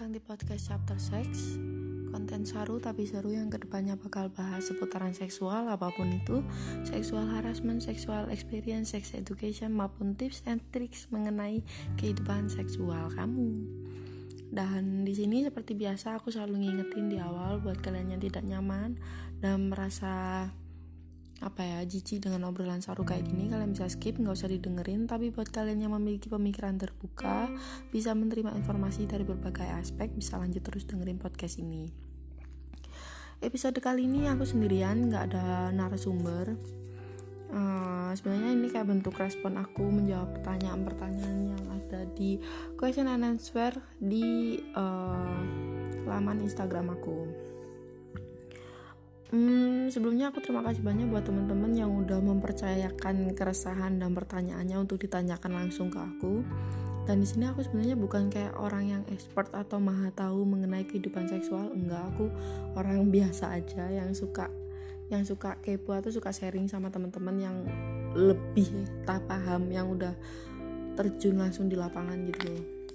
datang di podcast Chapter Sex. Konten saru tapi seru yang kedepannya bakal bahas seputaran seksual, apapun itu, seksual harassment, seksual experience, sex education, maupun tips and tricks mengenai kehidupan seksual kamu. Dan di sini seperti biasa aku selalu ngingetin di awal buat kalian yang tidak nyaman dan merasa jijik dengan obrolan saru kayak gini, kalian bisa skip, nggak usah didengerin. Tapi buat kalian yang memiliki pemikiran terbuka, bisa menerima informasi dari berbagai aspek, bisa lanjut terus dengerin podcast ini. Episode kali ini aku sendirian, nggak ada narasumber. Sebenarnya ini kayak bentuk respon aku menjawab pertanyaan-pertanyaan yang ada di question and answer di laman Instagram aku. Sebelumnya aku terima kasih banyak buat teman-teman yang udah mempercayakan keresahan dan pertanyaannya untuk ditanyakan langsung ke aku. Dan di sini aku sebenarnya bukan kayak orang yang expert atau maha tahu mengenai kehidupan seksual, enggak, aku orang biasa aja yang suka kepo atau suka sharing sama teman-teman yang lebih tak paham, yang udah terjun langsung di lapangan gitu.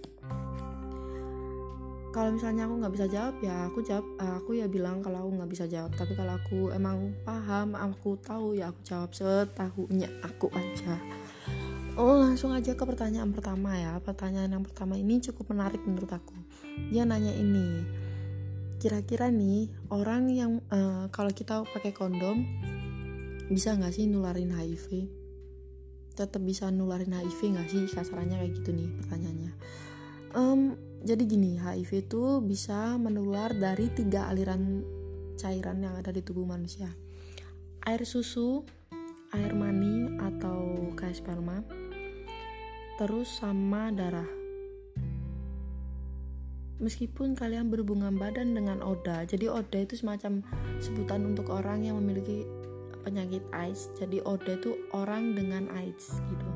Kalau misalnya aku nggak bisa jawab ya aku bilang kalau aku nggak bisa jawab. Tapi kalau aku emang paham, aku tahu ya aku jawab setahunya aku aja. Langsung aja ke pertanyaan pertama ya. Pertanyaan yang pertama ini cukup menarik menurut aku. Dia nanya ini, kira-kira nih orang yang kalau kita pakai kondom bisa nggak sih nularin HIV? Tetap bisa nularin HIV nggak sih? Kasarannya kayak gitu nih pertanyaannya. Jadi gini, HIV itu bisa menular dari 3 aliran cairan yang ada di tubuh manusia. Air susu, air mani atau kayak sperma, terus sama darah. Meskipun kalian berhubungan badan dengan ODA, jadi ODA itu semacam sebutan untuk orang yang memiliki penyakit AIDS. Jadi ODA itu orang dengan AIDS gitu.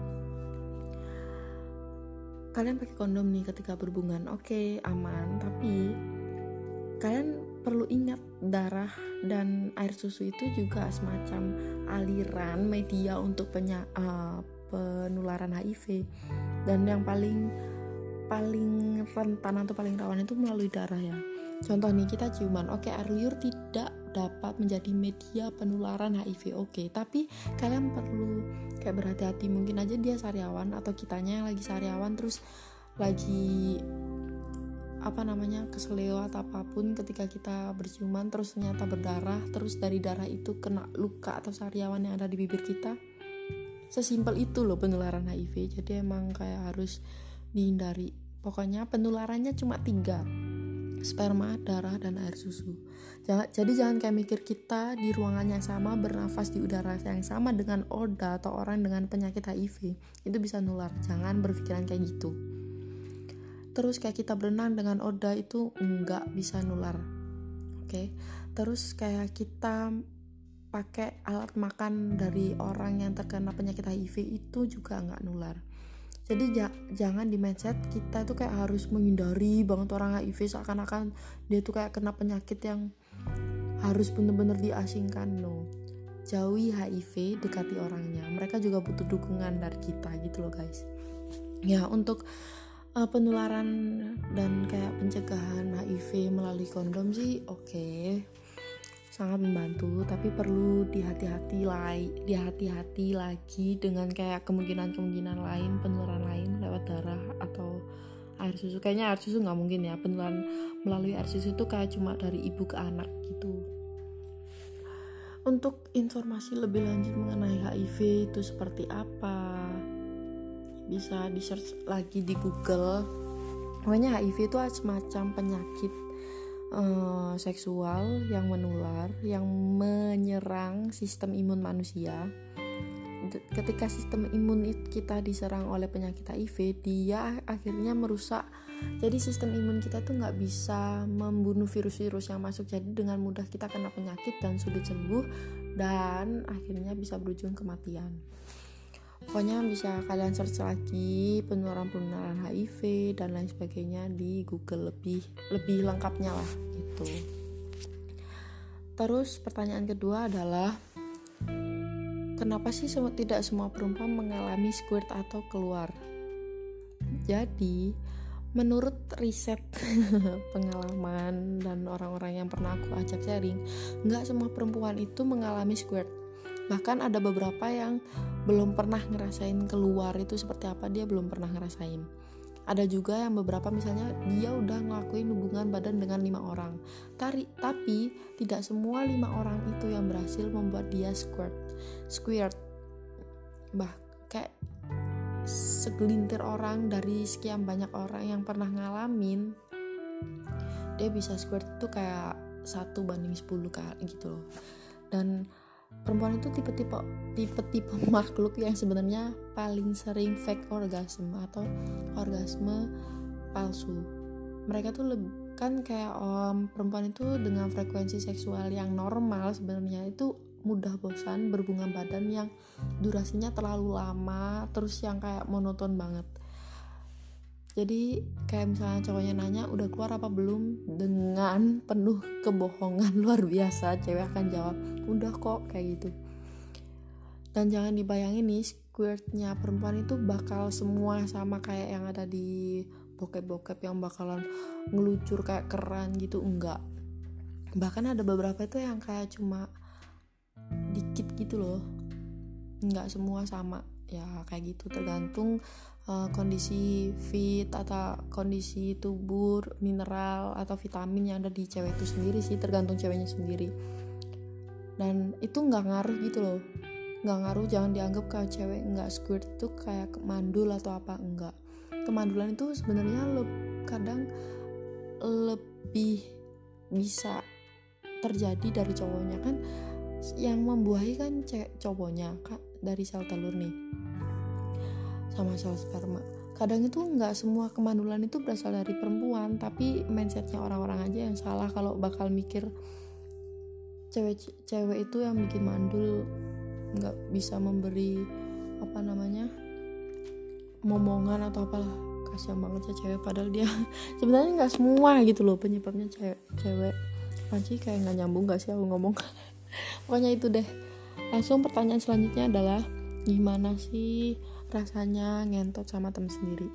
Kalian pakai kondom nih ketika berhubungan, oke, aman. Tapi kalian perlu ingat, darah dan air susu itu juga semacam aliran media untuk penularan HIV. Dan yang paling rentan atau paling rawan itu melalui darah ya. Contoh nih, kita ciuman, oke, air liur tidak dapat menjadi media penularan HIV, oke, tapi kalian perlu kayak berhati-hati. Mungkin aja dia sariawan atau kitanya yang lagi sariawan terus lagi keseleo atau apapun, ketika kita berciuman terus ternyata berdarah, terus dari darah itu kena luka atau sariawan yang ada di bibir kita. Sesimpel itu loh penularan HIV. Jadi emang kayak harus dihindari. Pokoknya penularannya cuma 3, sperma, darah, dan air susu. Jadi jangan kayak mikir kita di ruangan yang sama, bernafas di udara yang sama dengan ODA atau orang dengan penyakit HIV itu bisa nular. Jangan berpikiran kayak gitu. Terus kayak kita berenang dengan ODA itu enggak bisa nular. Oke. Terus kayak kita pakai alat makan dari orang yang terkena penyakit HIV itu juga enggak nular. Jadi jangan di mindset kita itu kayak harus menghindari banget orang HIV, seakan-akan dia tuh kayak kena penyakit yang harus bener-bener diasingkan. No, jauhi HIV, dekati orangnya. Mereka juga butuh dukungan dari kita gitu loh guys. Ya, untuk penularan dan kayak pencegahan HIV melalui kondom sih oke, sangat membantu, tapi perlu dihati-hati lagi dengan kayak kemungkinan lain, penularan lain lewat darah atau air susu. Kayaknya air susu nggak mungkin ya, penularan melalui air susu itu kayak cuma dari ibu ke anak gitu. Untuk informasi lebih lanjut mengenai HIV itu seperti apa, bisa di search lagi di Google. Pokoknya HIV itu semacam penyakit seksual yang menular, yang menyerang sistem imun manusia. Ketika sistem imun kita diserang oleh penyakit HIV, dia akhirnya merusak. Jadi sistem imun kita tuh nggak bisa membunuh virus-virus yang masuk. Jadi dengan mudah kita kena penyakit dan sulit sembuh, dan akhirnya bisa berujung kematian. Pokoknya bisa kalian search lagi penularan HIV dan lain sebagainya di Google lebih lengkapnya lah gitu. Terus pertanyaan kedua adalah, kenapa sih tidak semua perempuan mengalami squirt atau keluar? Jadi menurut riset pengalaman dan orang-orang yang pernah aku ajak sharing, nggak semua perempuan itu mengalami squirt. Bahkan ada beberapa yang belum pernah ngerasain keluar itu seperti apa, dia belum pernah ngerasain. Ada juga yang beberapa misalnya dia udah ngelakuin hubungan badan dengan 5 orang, tapi tidak semua 5 orang itu yang berhasil membuat dia squirt. Kayak segelintir orang dari sekian banyak orang yang pernah ngalamin, dia bisa squirt itu kayak 1:10 kali gitu loh. Dan perempuan itu tipe-tipe makhluk yang sebenarnya paling sering fake orgasm atau orgasme palsu. Mereka tuh kan kayak perempuan itu dengan frekuensi seksual yang normal sebenarnya itu mudah bosan berhubungan badan yang durasinya terlalu lama, terus yang kayak monoton banget. Jadi kayak misalnya cowoknya nanya udah keluar apa belum, dengan penuh kebohongan luar biasa cewek akan jawab udah kok, kayak gitu. Dan jangan dibayangin nih, squirtnya perempuan itu bakal semua sama kayak yang ada di bokep-bokep yang bakalan ngelucur kayak keran gitu, enggak. Bahkan ada beberapa itu yang kayak cuma dikit gitu loh, enggak semua sama ya, kayak gitu. Tergantung kondisi fit atau kondisi tubuh, mineral atau vitamin yang ada di cewek itu sendiri sih, tergantung ceweknya sendiri. Dan itu nggak ngaruh gitu loh, nggak ngaruh. Jangan dianggap kalau cewek nggak squirt itu kayak mandul atau apa, enggak. Kemandulan itu sebenarnya kadang lebih bisa terjadi dari cowoknya, kan yang membuahi kan cowoknya kak, dari sel telur nih sama sel sperma. Kadang itu nggak semua kemandulan itu berasal dari perempuan, tapi mindsetnya orang-orang aja yang salah kalau bakal mikir cewek itu yang bikin mandul nggak bisa memberi momongan atau apalah. Kasian banget ya cewek, padahal dia sebenarnya nggak semua gitu loh penyebabnya cewek. Panci kayak nggak nyambung nggak sih aku ngomong. Pokoknya itu deh. Langsung pertanyaan selanjutnya adalah gimana sih rasanya ngentot sama temen sendiri?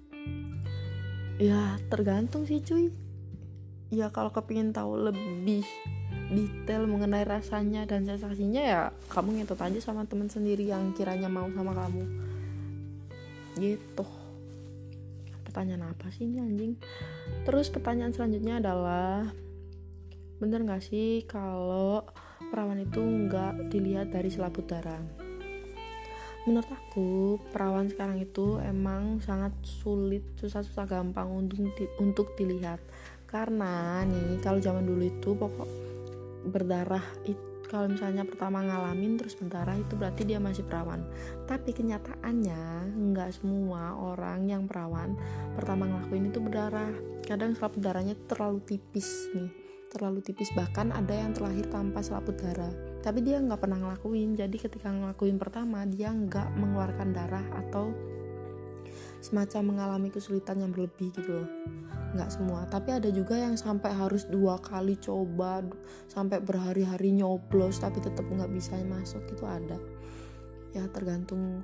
Ya tergantung sih cuy. Ya kalau kepingin tahu lebih detail mengenai rasanya dan sensasinya, ya kamu ngentot aja sama temen sendiri yang kiranya mau sama kamu gitu. Pertanyaan apa sih ini anjing? Terus pertanyaan selanjutnya adalah bener gak sih kalau perawan itu gak dilihat dari selaput darah? Menurut aku perawan sekarang itu emang sangat sulit, susah gampang untuk dilihat. Karena nih kalau zaman dulu itu pokok berdarah itu, kalau misalnya pertama ngalamin terus berdarah itu berarti dia masih perawan. Tapi kenyataannya nggak semua orang yang perawan pertama ngelakuin itu berdarah. Kadang selaput darahnya terlalu tipis, bahkan ada yang terlahir tanpa selaput darah, tapi dia nggak pernah ngelakuin. Jadi ketika ngelakuin pertama dia nggak mengeluarkan darah atau semacam mengalami kesulitan yang berlebih gitu loh. Nggak semua, tapi ada juga yang sampai harus 2 kali coba, sampai berhari-hari nyoblos tapi tetap nggak bisa masuk, itu ada. Ya tergantung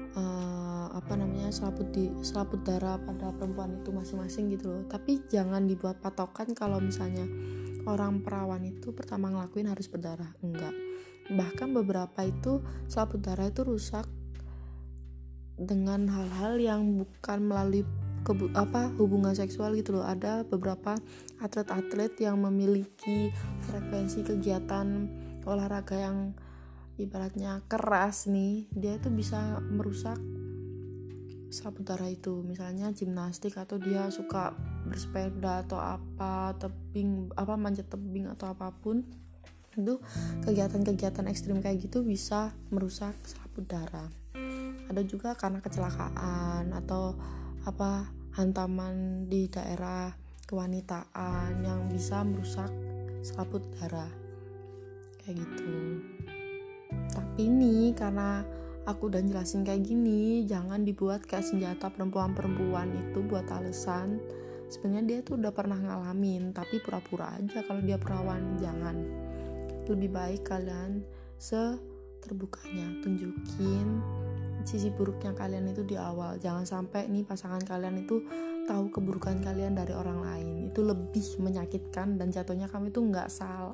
selaput darah pada perempuan itu masing-masing gitu loh. Tapi jangan dibuat patokan kalau misalnya orang perawan itu pertama ngelakuin harus berdarah, enggak. Bahkan beberapa itu selaput darah itu rusak dengan hal-hal yang bukan melalui hubungan seksual gitu loh. Ada beberapa atlet-atlet yang memiliki frekuensi kegiatan olahraga yang ibaratnya keras nih, dia itu bisa merusak selaput darah itu. Misalnya gimnastik, atau dia suka bersepeda atau manjat tebing atau apapun, itu kegiatan-kegiatan ekstrim kayak gitu bisa merusak selaput darah. Ada juga karena kecelakaan atau hantaman di daerah kewanitaan yang bisa merusak selaput darah kayak gitu. Tapi nih karena aku udah jelasin kayak gini, jangan dibuat kayak senjata perempuan itu buat alasan sebenarnya dia tuh udah pernah ngalamin, tapi pura-pura aja kalau dia perawan. Jangan. Lebih baik kalian seterbukanya tunjukin sisi buruknya kalian itu di awal. Jangan sampai nih pasangan kalian itu tahu keburukan kalian dari orang lain itu lebih menyakitkan, dan jatuhnya kamu itu nggak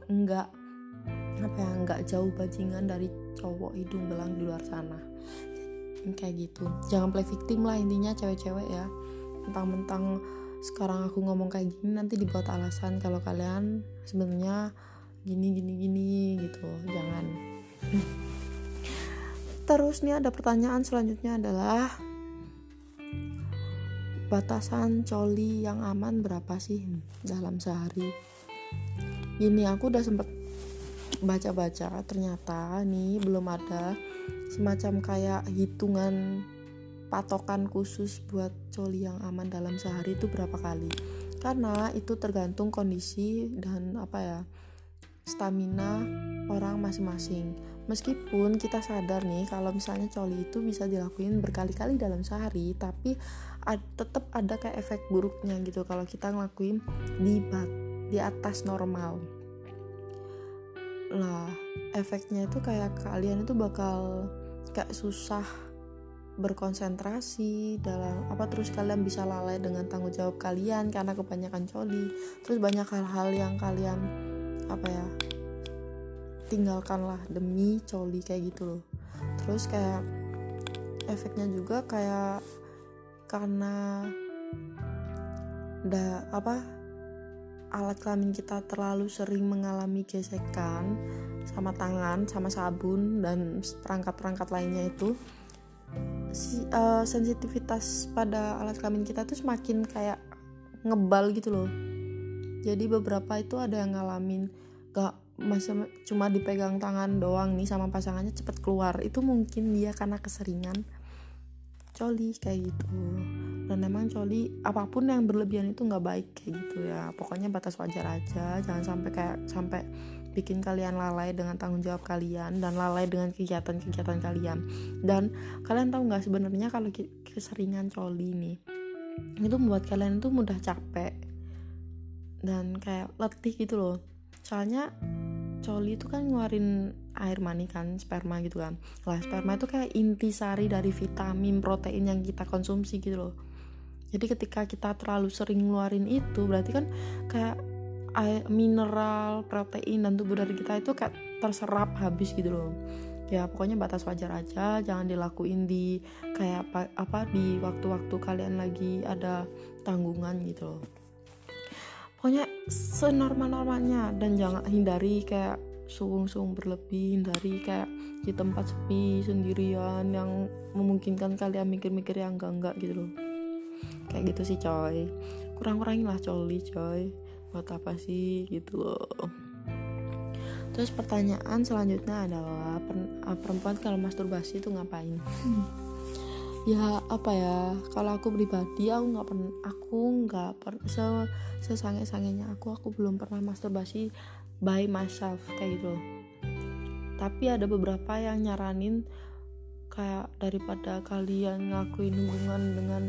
jauh bajingan dari cowok hidung belang di luar sana. Kayak gitu, jangan play victim lah intinya cewek-cewek ya. Mentang-mentang sekarang aku ngomong kayak gini nanti dibuat alasan kalau kalian sebenarnya gini gitu, jangan. Terus nih ada pertanyaan selanjutnya adalah batasan coli yang aman berapa sih dalam sehari? Gini, aku udah sempet baca-baca, ternyata nih belum ada semacam kayak hitungan patokan khusus buat coli yang aman dalam sehari itu berapa kali, karena itu tergantung kondisi dan stamina orang masing-masing. Meskipun kita sadar nih kalau misalnya coli itu bisa dilakuin berkali-kali dalam sehari, tapi tetap ada kayak efek buruknya gitu kalau kita ngelakuin di atas normal. Nah, efeknya itu kayak kalian itu bakal kayak susah berkonsentrasi dalam terus kalian bisa lalai dengan tanggung jawab kalian karena kebanyakan coli. Terus banyak hal-hal yang kalian tinggalkan lah demi coli kayak gitu loh. Terus kayak efeknya juga kayak karena alat kelamin kita terlalu sering mengalami gesekan sama tangan, sama sabun dan perangkat-perangkat lainnya itu, sensitivitas pada alat kelamin kita tuh semakin kayak ngebal gitu loh. Jadi beberapa itu ada yang ngalamin masih cuma dipegang tangan doang nih sama pasangannya cepet keluar, itu mungkin dia karena keseringan coli kayak gitu. Dan emang coli apapun yang berlebihan itu nggak baik kayak gitu ya, pokoknya batas wajar aja, jangan sampai bikin kalian lalai dengan tanggung jawab kalian dan lalai dengan kegiatan-kegiatan kalian. Dan kalian tahu nggak sebenarnya kalau keseringan coli nih itu membuat kalian tuh mudah capek dan kayak letih gitu loh. Soalnya coli itu kan ngeluarin air mani kan, sperma gitu kan. Lah sperma itu kayak intisari dari vitamin, protein yang kita konsumsi gitu loh. Jadi ketika kita terlalu sering ngeluarin itu berarti kan kayak air, mineral, protein dan tubuh dari kita itu kayak terserap habis gitu loh. Ya pokoknya batas wajar aja, jangan dilakuin di kayak di waktu-waktu kalian lagi ada tanggungan gitu loh. Pokoknya senormal-normalnya, dan jangan hindari kayak sung berlebih, hindari kayak di tempat sepi sendirian yang memungkinkan kalian mikir-mikir yang enggak gitu loh. Kayak gitu sih coy, kurang-kurangin lah coli coy, buat apa sih gitu loh. Terus pertanyaan selanjutnya adalah perempuan kalau masturbasi itu ngapain? Ya kalau aku pribadi aku nggak pernah sesange-sangenya aku belum pernah masturbasi by myself kayak gitu. Tapi ada beberapa yang nyaranin kayak daripada kalian ngakuin hubungan dengan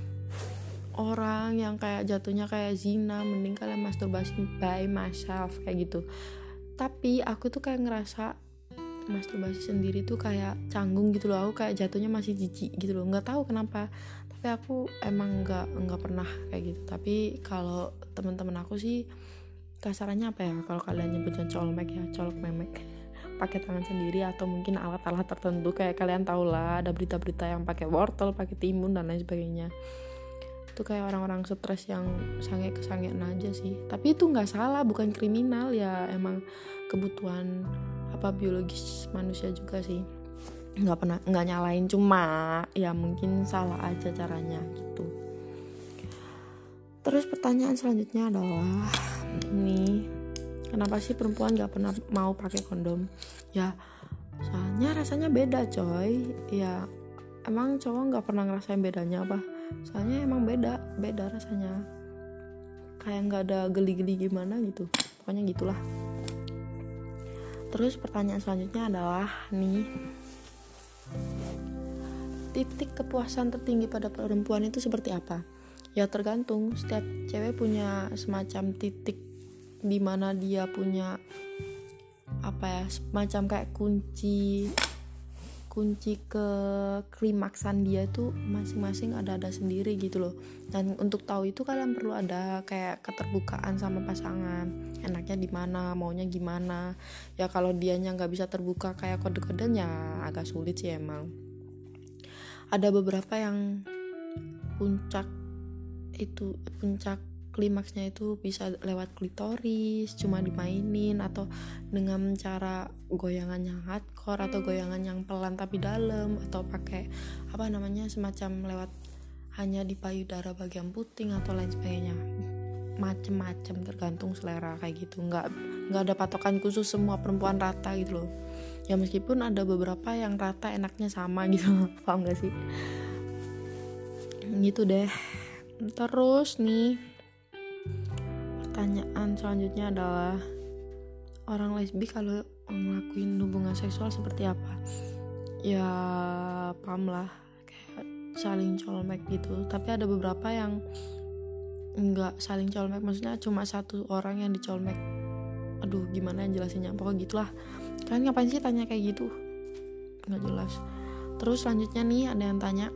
orang yang kayak jatuhnya kayak zina, mending kalian masturbasi by myself kayak gitu. Tapi aku tuh kayak ngerasa masturbasi sendiri tuh kayak canggung gitu loh, aku kayak jatuhnya masih jijik gitu loh, nggak tahu kenapa, tapi aku emang nggak pernah kayak gitu. Tapi kalau teman-teman aku sih kasarannya kalau kalian nyebutnya colok memek pakai tangan sendiri atau mungkin alat-alat tertentu, kayak kalian tau lah ada berita-berita yang pakai wortel, pakai timun dan lain sebagainya. Itu kayak orang-orang stres yang kesangean aja sih, tapi itu nggak salah, bukan kriminal ya, emang kebutuhan biologis manusia juga sih, nggak nyalain, cuma ya mungkin salah aja caranya gitu. Terus pertanyaan selanjutnya adalah nih, kenapa sih perempuan nggak pernah mau pakai kondom? Ya soalnya rasanya beda coy, ya emang cowok nggak pernah ngerasain bedanya apa? Soalnya emang beda rasanya, kayak nggak ada geli-geli gimana gitu, pokoknya gitulah. Terus pertanyaan selanjutnya adalah nih, titik kepuasan tertinggi pada perempuan itu seperti apa? Ya tergantung, setiap cewek punya semacam titik di mana dia punya semacam kayak kunci kunci ke klimaksan dia tuh masing-masing ada sendiri gitu loh. Dan untuk tahu itu kalian perlu ada kayak keterbukaan sama pasangan, enaknya di mana, maunya gimana. Ya kalau dianya nggak bisa terbuka kayak kode-kodenya agak sulit sih emang. Ada beberapa yang puncak klimaksnya itu bisa lewat klitoris, cuma dimainin, atau dengan cara goyangan yang hardcore atau goyangan yang pelan tapi dalam, atau pakai semacam lewat hanya di payudara bagian puting atau lain sebagainya. Macem-macem, tergantung selera kayak gitu. Nggak ada patokan khusus semua perempuan rata gitu loh. Ya meskipun ada beberapa yang rata enaknya sama gitu loh. Paham gak sih? Gitu deh. Terus nih, pertanyaan selanjutnya adalah, orang lesbi kalau ngelakuin hubungan seksual seperti apa? Ya paham lah, kayak saling colmek gitu. Tapi ada beberapa yang enggak saling colmek, maksudnya cuma satu orang yang dicolmek. Aduh gimana jelasinnya, pokoknya gitulah. Kalian ngapain sih tanya kayak gitu? Nggak jelas. Terus selanjutnya nih ada yang tanya,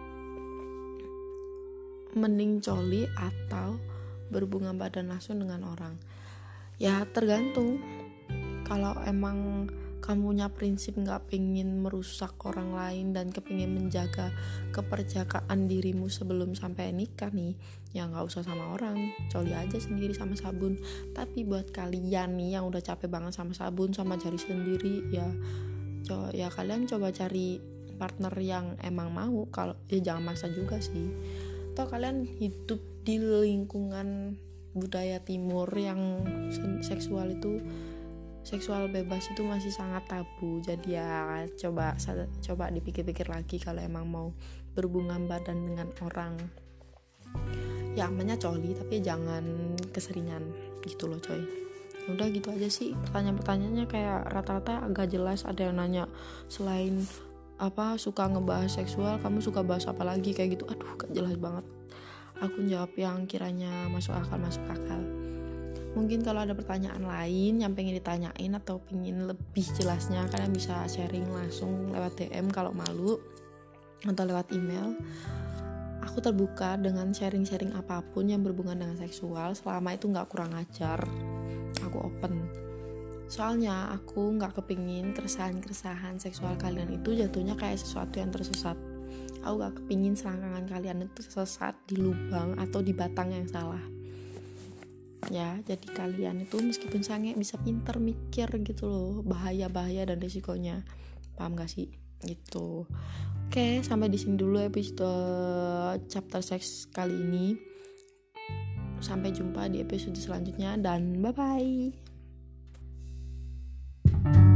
mending coli atau berhubungan badan langsung dengan orang? Ya tergantung. Kalau emang kamu punya prinsip gak pengen merusak orang lain dan kepingin menjaga keperjakaan dirimu sebelum sampai nikah nih, ya gak usah sama orang, coli aja sendiri sama sabun. Tapi buat kalian nih yang udah capek banget sama sabun, sama jari sendiri, ya kalian coba cari partner yang emang mau. Kalau ya jangan maksa juga sih. Atau kalian hidup di lingkungan budaya timur yang seksual bebas itu masih sangat tabu. Jadi ya coba dipikir-pikir lagi kalau emang mau berhubungan badan dengan orang. Ya amannya coli, tapi jangan keseringan gitu loh coy. Udah gitu aja sih, pertanyaan-pertanyaannya kayak rata-rata agak jelas. Ada yang nanya, selain suka ngebahas seksual, kamu suka bahas apa lagi, kayak gitu. Aduh gak jelas banget. Aku jawab yang kiranya masuk akal. Mungkin kalau ada pertanyaan lain yang pengen ditanyain atau pengen lebih jelasnya, kalian bisa sharing langsung lewat DM kalau malu, atau lewat email. Aku terbuka dengan sharing-sharing apapun yang berhubungan dengan seksual, selama itu gak kurang ajar. Aku open. Soalnya aku gak kepingin keresahan seksual kalian itu jatuhnya kayak sesuatu yang tersesat. Aku gak kepingin selangkangan kalian itu tersesat di lubang atau di batang yang salah. Ya, jadi kalian itu meskipun sange bisa pinter mikir gitu loh, bahaya dan risikonya. Paham gak sih? Gitu. Oke, sampai di sini dulu episode chapter seks kali ini. Sampai jumpa di episode selanjutnya dan bye-bye.